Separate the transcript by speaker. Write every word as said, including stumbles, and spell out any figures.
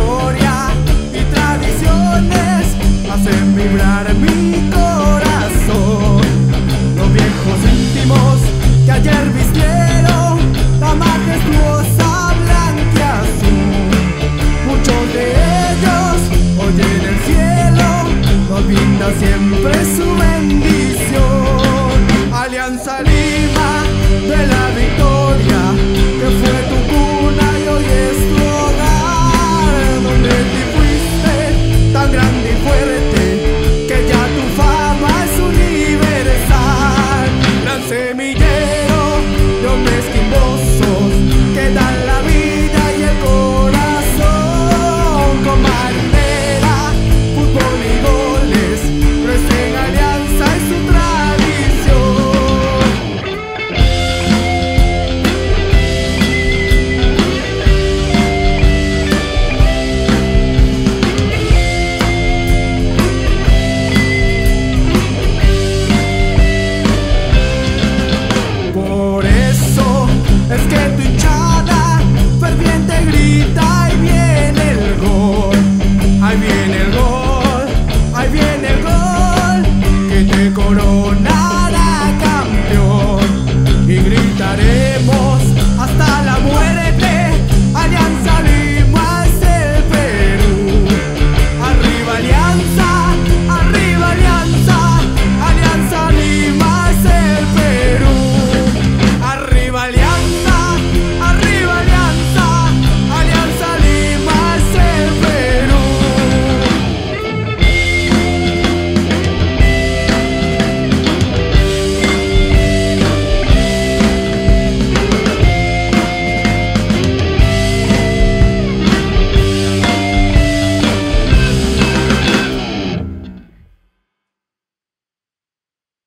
Speaker 1: historia y tradiciones hacen vibrar mi corazón. Los viejos íntimos que ayer vistieron la majestuosa blanquiazul, muchos de ellos hoy en el cielo nos brinda siempre su bendición. Alianza Lima.